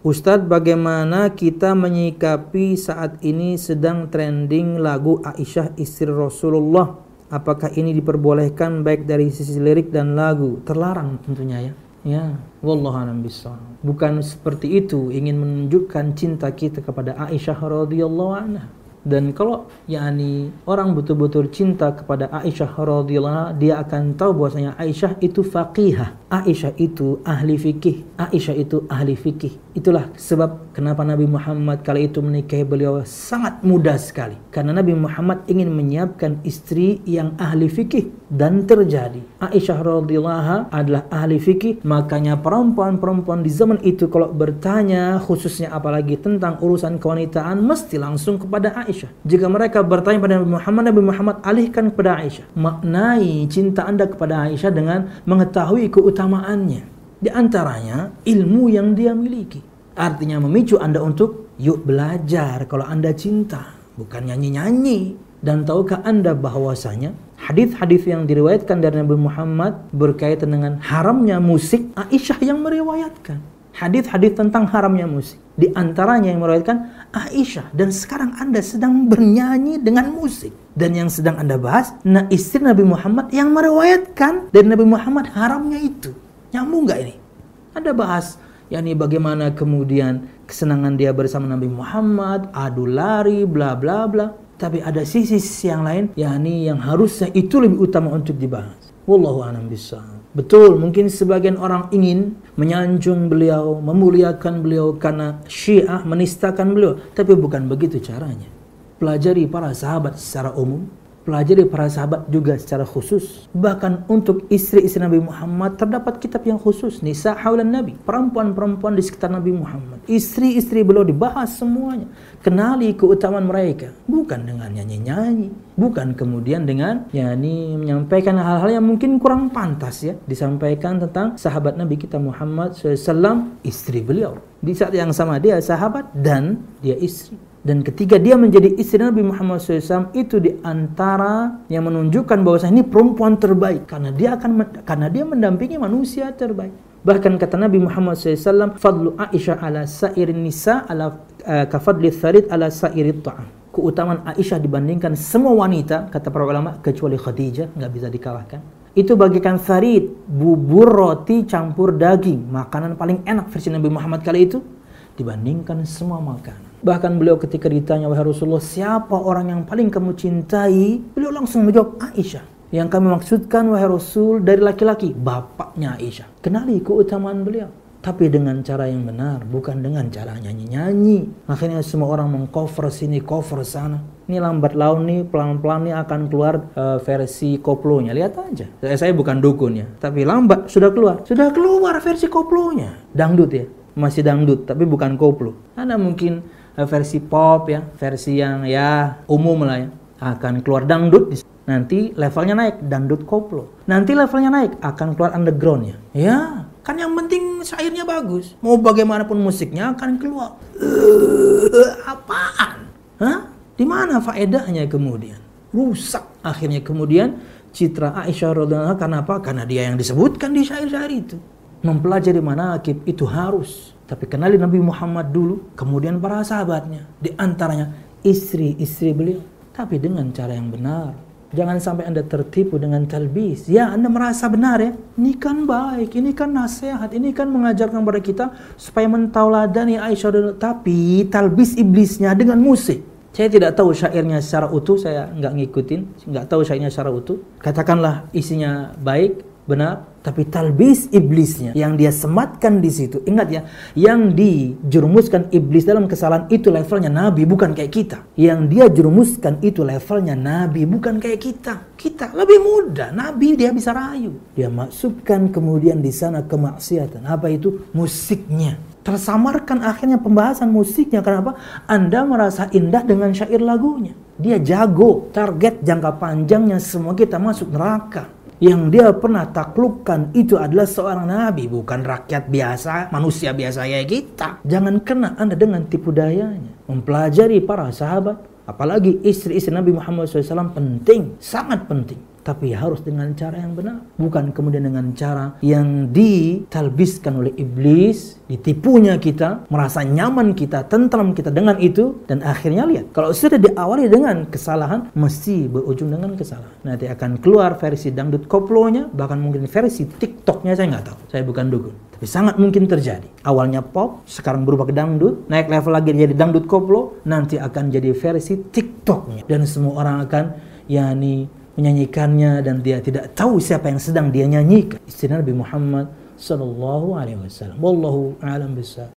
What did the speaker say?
Ustadz, bagaimana kita menyikapi saat ini sedang trending lagu Aisyah istri Rasulullah? Apakah ini diperbolehkan baik dari sisi lirik dan lagu? Terlarang tentunya ya. Ya, wallahu a'lam bishawab. Bukan seperti itu, ingin menunjukkan cinta kita kepada Aisyah radhiyallahu anha. Dan kalau orang betul-betul cinta kepada Aisyah radhiyallahu anha, dia akan tahu bahwasanya Aisyah itu faqihah, Aisyah itu ahli fikih, Aisyah itu ahli fikih. Itulah sebab kenapa Nabi Muhammad kala itu menikahi beliau sangat mudah sekali. Karena Nabi Muhammad ingin menyiapkan istri yang ahli fikih, dan terjadi. Aisyah radhiyallahu anha adalah ahli fikih, makanya perempuan-perempuan di zaman itu kalau bertanya, khususnya apalagi tentang urusan kewanitaan, mesti langsung kepada Aisyah. Jika mereka bertanya pada Nabi Muhammad alihkan kepada Aisyah. Maknai cinta Anda kepada Aisyah dengan mengetahui keutamaannya. Di antaranya ilmu yang dia miliki. Artinya memicu Anda untuk yuk belajar kalau Anda cinta, bukan nyanyi-nyanyi. Dan tahukah Anda bahwasanya hadis-hadis yang diriwayatkan dari Nabi Muhammad berkaitan dengan haramnya musik, Aisyah yang meriwayatkan. Hadis-hadis tentang haramnya musik, di antaranya yang meriwayatkan Aisyah. Dan sekarang Anda sedang bernyanyi dengan musik, dan yang sedang Anda bahas istri Nabi Muhammad yang meriwayatkan dari Nabi Muhammad haramnya itu. Nyambung nggak ini? Anda bahas bagaimana kemudian kesenangan dia bersama Nabi Muhammad, adu lari, bla bla bla. Tapi ada sisi yang lain yang harusnya itu lebih utama untuk dibahas. Wallahu a'lam bishawab. Betul, mungkin sebagian orang ingin menyanjung beliau, memuliakan beliau karena Syiah menistakan beliau, tapi bukan begitu caranya. Pelajari para sahabat secara umum, pelajari para sahabat juga secara khusus. Bahkan untuk istri-istri Nabi Muhammad terdapat kitab yang khusus, Nisa Haulan Nabi, perempuan-perempuan di sekitar Nabi Muhammad. Istri-istri beliau dibahas semuanya. Kenali keutamaan mereka, bukan dengan nyanyi-nyanyi, bukan kemudian dengan menyampaikan hal-hal yang mungkin kurang pantas ya disampaikan tentang sahabat Nabi kita Muhammad SAW, istri beliau. Di saat yang sama dia sahabat dan dia istri. Dan ketika dia menjadi istri Nabi Muhammad SAW, itu di antara yang menunjukkan bahwasanya ini perempuan terbaik, karena dia mendampingi manusia terbaik. Bahkan kata Nabi Muhammad SAW, fadlu Aisyah ala sairin nisa ala kafadli tharid ala sairit ta'am. Keutamaan Aisyah dibandingkan semua wanita, kata para ulama, kecuali Khadijah, nggak bisa dikalahkan. Itu bagikan tharid, bubur roti campur daging, makanan paling enak versi Nabi Muhammad kali itu, dibandingkan semua makanan. Bahkan beliau ketika ditanya, wahai Rasulullah, siapa orang yang paling kamu cintai? Beliau langsung menjawab, Aisyah. Yang kami maksudkan, wahai Rasul, dari laki-laki, bapaknya Aisyah. Kenali keutamaan beliau, tapi dengan cara yang benar, bukan dengan cara nyanyi-nyanyi. Akhirnya semua orang mengcover sini, cover sana. Ini lambat laun nih, pelan-pelan nih akan keluar versi koplonya. Lihat aja. Saya bukan dukun ya, tapi lambat sudah keluar. Sudah keluar versi koplonya. Dangdut ya, masih dangdut, tapi bukan koplo. Ada mungkin versi pop ya, versi yang umum lah ya. Akan keluar dangdut, nanti levelnya naik, dangdut koplo. Nanti levelnya naik, akan keluar underground ya. Ya, kan yang penting syairnya bagus. Mau bagaimanapun musiknya akan keluar. Apaan? Hah? Di mana faedahnya kemudian? Rusak akhirnya kemudian citra Aisyah radhiyallahu anha. Kenapa? Karena dia yang disebutkan di syair-syair itu. Mempelajari manaqib itu harus. Tapi kenali Nabi Muhammad dulu, kemudian para sahabatnya, di antaranya istri-istri beliau. Tapi dengan cara yang benar. Jangan sampai Anda tertipu dengan talbis. Ya, Anda merasa benar ya. Ini kan baik, ini kan nasihat, ini kan mengajarkan kepada kita supaya mentauladani Aisyah. Tapi talbis iblisnya dengan musik. Saya tidak tahu syairnya secara utuh, saya nggak ngikutin, nggak tahu syairnya secara utuh. Katakanlah isinya baik, benar, tapi talbis iblisnya yang dia sematkan di situ. Ingat ya, yang dijerumuskan iblis dalam kesalahan itu levelnya Nabi, bukan kayak kita. Yang dia jerumuskan itu levelnya Nabi, bukan kayak kita. Kita lebih mudah, Nabi dia bisa rayu. Dia masukkan kemudian di sana kemaksiatan. Apa itu? Musiknya. Tersamarkan akhirnya pembahasan musiknya. Kenapa? Anda merasa indah dengan syair lagunya. Dia jago, target jangka panjangnya semua kita masuk neraka. Yang dia pernah taklukkan itu adalah seorang nabi, bukan rakyat biasa, manusia biasa kayak kita. Jangan kena Anda dengan tipu dayanya. Mempelajari para sahabat, apalagi istri-istri Nabi Muhammad SAW penting, sangat penting. tapi harus dengan cara yang benar, bukan kemudian dengan cara yang ditalbiskan oleh iblis, ditipunya kita, merasa nyaman kita, tentram kita dengan itu, dan akhirnya lihat, kalau sudah diawali dengan kesalahan, mesti berujung dengan kesalahan. Nanti akan keluar versi dangdut koplonya, bahkan mungkin versi TikToknya, saya nggak tahu, saya bukan dukun, tapi sangat mungkin terjadi. Awalnya pop, sekarang berubah ke dangdut, naik level lagi jadi dangdut koplo, nanti akan jadi versi TikToknya, dan semua orang akan menyanyikannya dan dia tidak tahu siapa yang sedang dia nyanyikan. Istilah Nabi Muhammad sallallahu alaihi wasallam. Wallahu a'lam bishawab.